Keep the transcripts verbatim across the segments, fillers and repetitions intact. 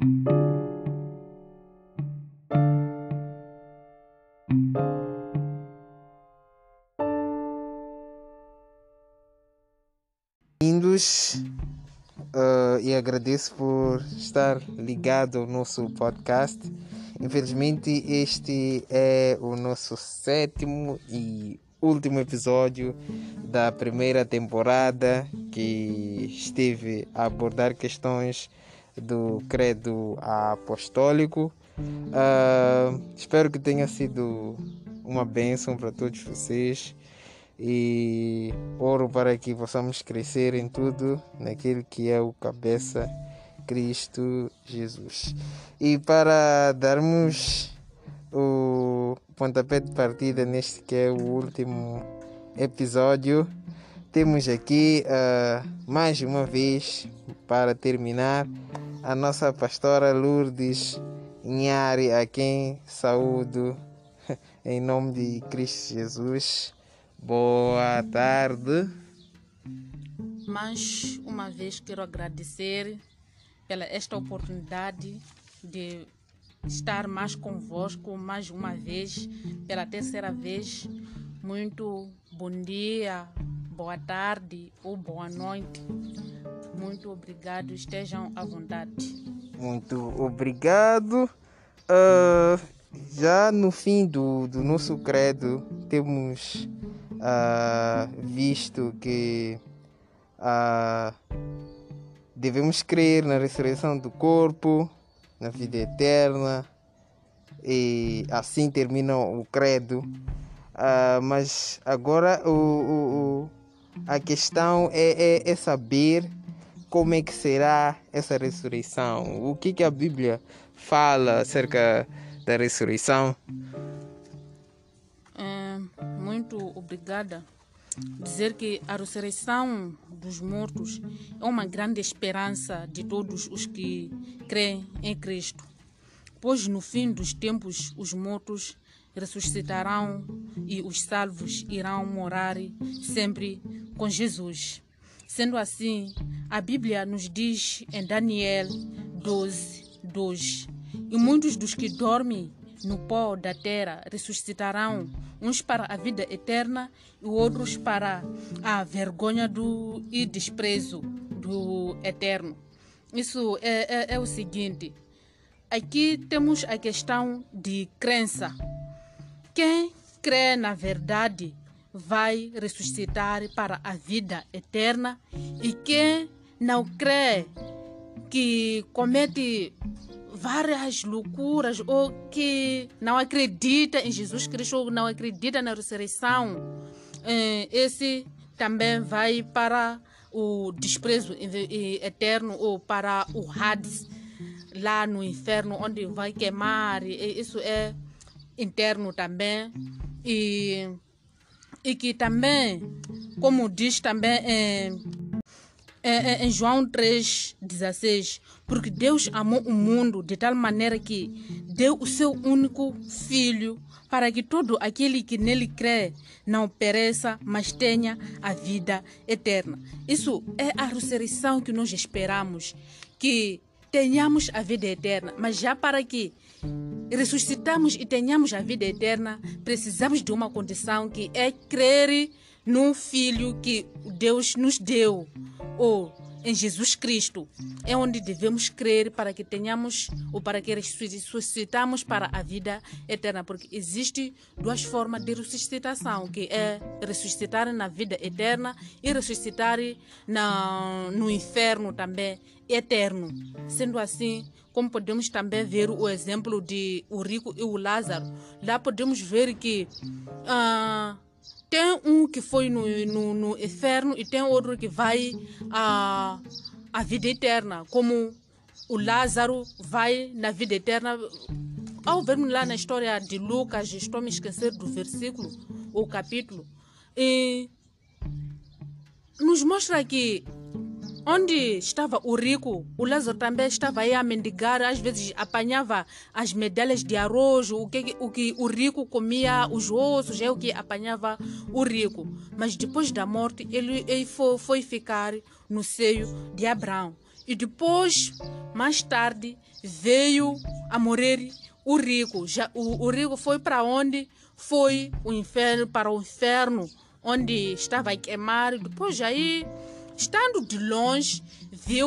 Bem-vindos uh, e agradeço por estar ligado ao nosso podcast. Infelizmente este é o nosso sétimo e último episódio da primeira temporada, que esteve a abordar questões do credo apostólico. Uh, espero que tenha sido uma bênção para todos vocês e oro para que possamos crescer em tudo naquele que é o cabeça, Cristo Jesus. E para darmos o pontapé de partida neste que é o último episódio, temos aqui uh, mais uma vez, para terminar, a nossa pastora Lourdes Nhari, a quem saúdo em nome de Cristo Jesus. Boa tarde. Mais uma vez quero agradecer pela esta oportunidade de estar mais convosco mais uma vez, pela terceira vez. Muito bom dia, boa tarde ou boa noite. Muito obrigado, estejam à vontade. Muito obrigado. Uh, já no fim do, do nosso credo, temos uh, visto que uh, devemos crer na ressurreição do corpo, na vida eterna, e assim termina o credo. Uh, mas agora o, o, o, a questão é, é, é saber como é que será essa ressurreição. O que, que a Bíblia fala acerca da ressurreição? É, muito obrigada. Dizer que a ressurreição dos mortos é uma grande esperança de todos os que creem em Cristo, pois no fim dos tempos os mortos ressuscitarão e os salvos irão morar sempre com Jesus. Sendo assim, a Bíblia nos diz em Daniel doze, dois: e muitos dos que dormem no pó da terra ressuscitarão, uns para a vida eterna e outros para a vergonha do, e desprezo do eterno. Isso é, é, é o seguinte: aqui temos a questão de crença. Quem crê na verdade vai ressuscitar para a vida eterna, e quem não crê, que comete várias loucuras ou que não acredita em Jesus Cristo ou não acredita na ressurreição, esse também vai para o desprezo eterno ou para o Hades, lá no inferno, onde vai queimar. Isso é interno também. E E que também, como diz também em, em, em João três, dezesseis, porque Deus amou o mundo de tal maneira que deu o seu único Filho, para que todo aquele que nele crê não pereça, mas tenha a vida eterna. Isso é a ressurreição que nós esperamos, que tenhamos a vida eterna, mas já para que ressuscitamos e tenhamos a vida eterna, precisamos de uma condição, que é crer no Filho que Deus nos deu, ou em Jesus Cristo. É onde devemos crer para que tenhamos, ou para que ressuscitamos para a vida eterna, porque existe duas formas de ressuscitação, que é ressuscitar na vida eterna e ressuscitar na, no inferno também eterno. Sendo assim, como podemos também ver o exemplo de o rico e o Lázaro, lá podemos ver que uh, tem um que foi no, no, no inferno e tem outro que vai à a, a vida eterna, como o Lázaro vai na vida eterna. Ao vermos lá na história de Lucas, estou me esquecendo do versículo ou capítulo, e nos mostra que onde estava o rico, o Lázaro também estava aí a mendigar, às vezes apanhava as medalhas de arroz, o que o, que o rico comia, os ossos, é o que apanhava o rico. Mas depois da morte, ele, ele foi, foi ficar no seio de Abraão. E depois, mais tarde, veio a morrer o rico. Já, o, o rico foi para onde? Foi o inferno, para o inferno, onde estava a queimar. Depois aí, estando de longe, viu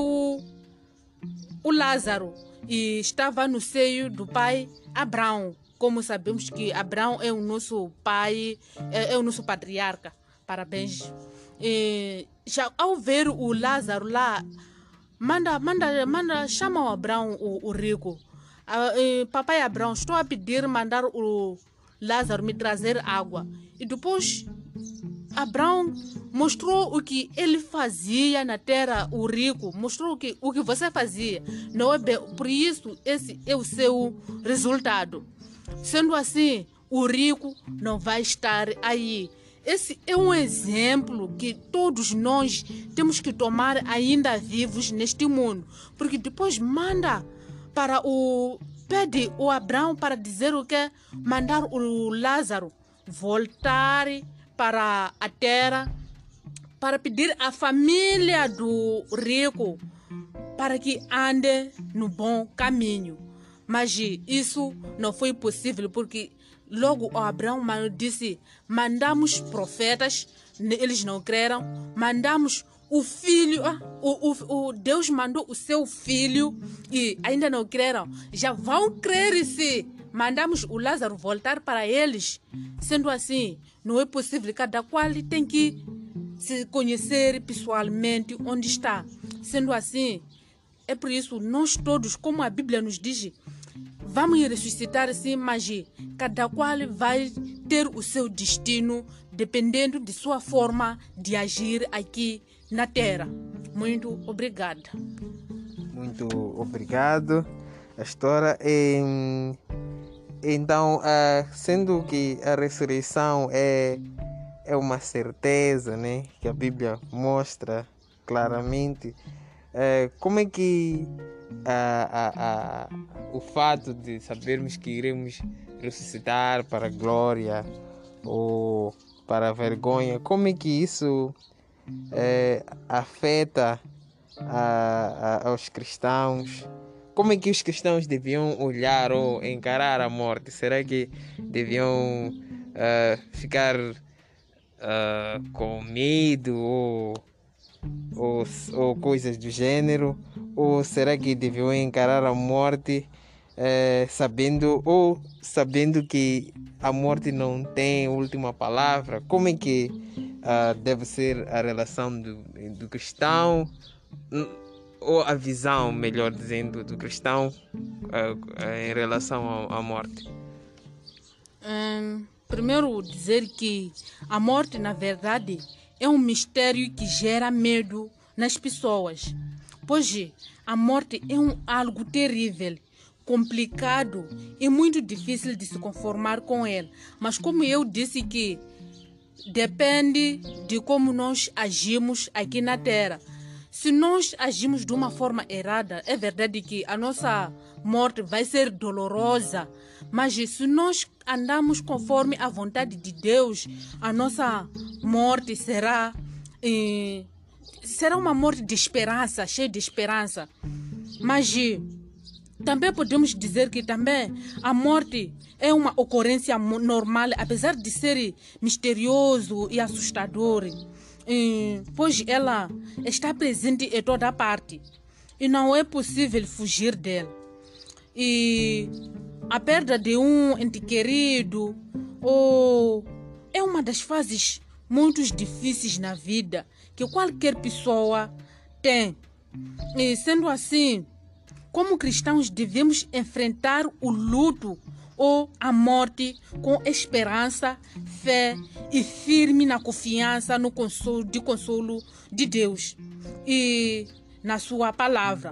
o Lázaro e estava no seio do pai Abraão. Como sabemos que Abraão é o nosso pai, é, é o nosso patriarca. Parabéns. E, já ao ver o Lázaro lá, manda, manda, manda, chama o Abraão, o, o rico. Ah, eh, papai Abraão, estou a pedir mandar o Lázaro me trazer água. E depois Abraão mostrou o que ele fazia na terra, o rico, mostrou o que, o que você fazia. Não é bem, por isso, esse é o seu resultado. Sendo assim, o rico não vai estar aí. Esse é um exemplo que todos nós temos que tomar ainda vivos neste mundo. Porque depois manda para o... Pede o Abraão para dizer o que? Mandar o Lázaro voltar para a terra, para pedir à família do rico para que ande no bom caminho. Mas isso não foi possível porque logo o Abraão disse, mandamos profetas, eles não creram, mandamos o filho, ah, o, o, o Deus mandou o seu filho e ainda não creram, já vão crer se mandamos o Lázaro voltar para eles. Sendo assim, não é possível, cada qual tem que se conhecer pessoalmente onde está. Sendo assim, é por isso nós todos, como a Bíblia nos diz, vamos ressuscitar sim, mas cada qual vai ter o seu destino dependendo de sua forma de agir aqui na terra. Muito obrigada. Muito obrigado. A história é... Então, uh, sendo que a ressurreição é, é uma certeza, né, que a Bíblia mostra claramente, uh, como é que uh, uh, uh, o fato de sabermos que iremos ressuscitar para a glória ou para a vergonha, como é que isso uh, afeta a, a, aos cristãos? Como é que os cristãos deviam olhar ou encarar a morte? Será que deviam uh, ficar uh, com medo ou, ou, ou coisas do gênero? Ou será que deviam encarar a morte uh, sabendo ou sabendo que a morte não tem última palavra? Como é que uh, deve ser a relação do, do cristão? Ou a visão, melhor dizendo, do cristão uh, uh, em relação à morte? Hum, primeiro dizer que a morte, na verdade, é um mistério que gera medo nas pessoas. Pois a morte é um, algo terrível, complicado e muito difícil de se conformar com ele. Mas como eu disse que depende de como nós agimos aqui na Terra. Se nós agimos de uma forma errada, é verdade que a nossa morte vai ser dolorosa, mas se nós andamos conforme a vontade de Deus, a nossa morte será, eh, será uma morte de esperança, cheia de esperança. Mas também podemos dizer que também a morte é uma ocorrência normal, apesar de ser misterioso e assustador. E, pois ela está presente em toda parte e não é possível fugir dela. E a perda de um ente querido ou é uma das fases muito difíceis na vida que qualquer pessoa tem. E sendo assim, como cristãos devemos enfrentar o luto ou a morte com esperança, fé e firme na confiança no consolo, de consolo de Deus e na sua palavra.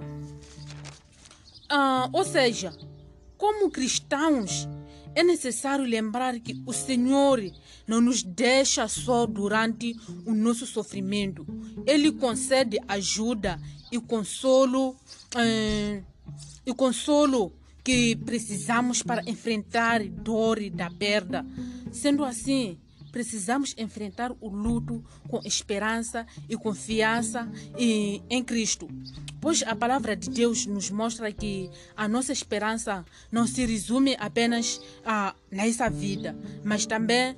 Ah, ou seja, como cristãos, é necessário lembrar que o Senhor não nos deixa só durante o nosso sofrimento. Ele concede ajuda e consolo, eh, e consolo que precisamos para enfrentar dor da perda. Sendo assim, precisamos enfrentar o luto com esperança e confiança em, em Cristo. Pois a palavra de Deus nos mostra que a nossa esperança não se resume apenas ah, nessa vida, mas também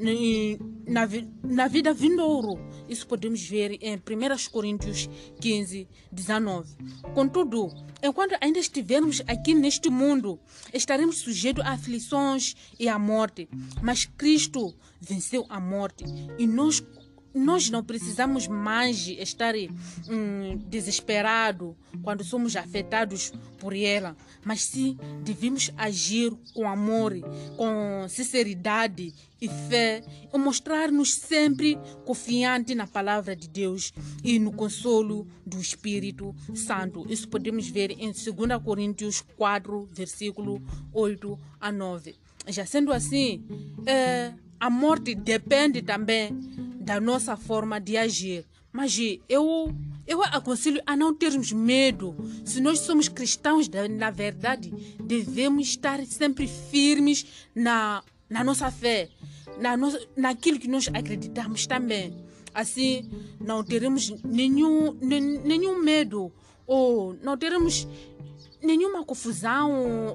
Na, na vida vindouro. Isso podemos ver em primeira Coríntios quinze, dezenove. Contudo, enquanto ainda estivermos aqui neste mundo, estaremos sujeitos a aflições e à morte. Mas Cristo venceu a morte e nós Nós não precisamos mais estar hum, desesperados quando somos afetados por ela, mas sim devemos agir com amor, com sinceridade e fé e mostrar-nos sempre confiantes na palavra de Deus e no consolo do Espírito Santo. Isso podemos ver em dois Coríntios quatro, versículo oito a nove. Já sendo assim, é, a morte depende também da nossa forma de agir. Mas eu, eu aconselho a não termos medo. Se nós somos cristãos, na verdade, devemos estar sempre firmes na, na nossa fé, na nossa, naquilo que nós acreditamos também. Assim, não teremos nenhum, nenhum medo, ou não teremos nenhuma confusão,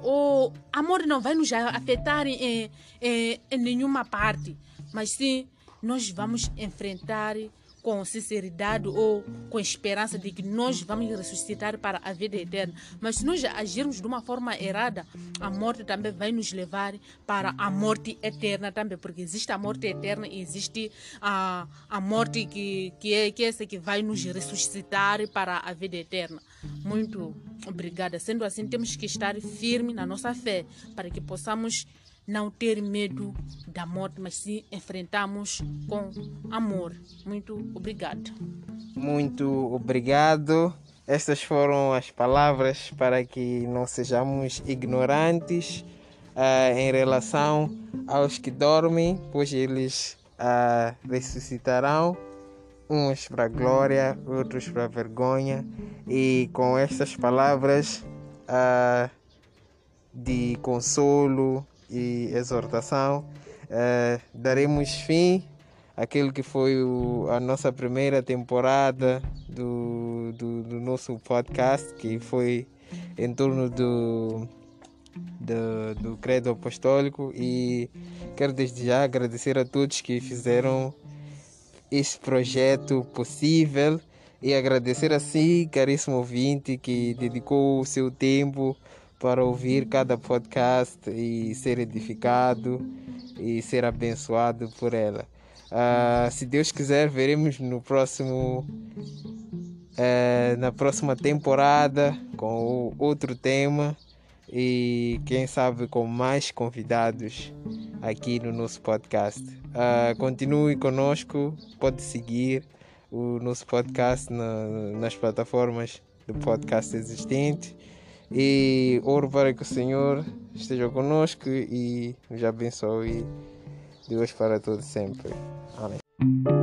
ou a morte não vai nos afetar em, em, em nenhuma parte. Mas sim, nós vamos enfrentar com sinceridade ou com esperança de que nós vamos ressuscitar para a vida eterna. Mas se nós agirmos de uma forma errada, a morte também vai nos levar para a morte eterna também, porque existe a morte eterna e existe a, a morte que, que, é, que é essa que vai nos ressuscitar para a vida eterna. Muito obrigada. Sendo assim, temos que estar firmes na nossa fé para que possamos não ter medo da morte, mas sim enfrentamos com amor. Muito obrigado. Muito obrigado. Estas foram as palavras para que não sejamos ignorantes uh, em relação aos que dormem, pois eles uh, ressuscitarão, uns para a glória, outros para a vergonha. E com estas palavras uh, de consolo e exortação, uh, daremos fim àquilo que foi o, a nossa primeira temporada do, do, do nosso podcast, que foi em torno do, do, do Credo Apostólico, e quero desde já agradecer a todos que fizeram esse projeto possível e agradecer a si, caríssimo ouvinte, que dedicou o seu tempo para ouvir cada podcast e ser edificado e ser abençoado por ela. Uh, se Deus quiser, veremos no próximo, uh, na próxima temporada com outro tema e quem sabe com mais convidados aqui no nosso podcast. Uh, continue conosco, pode seguir o nosso podcast na, nas plataformas de podcast existentes. E oro para que o Senhor esteja conosco e nos abençoe. Deus para todos sempre. Amém.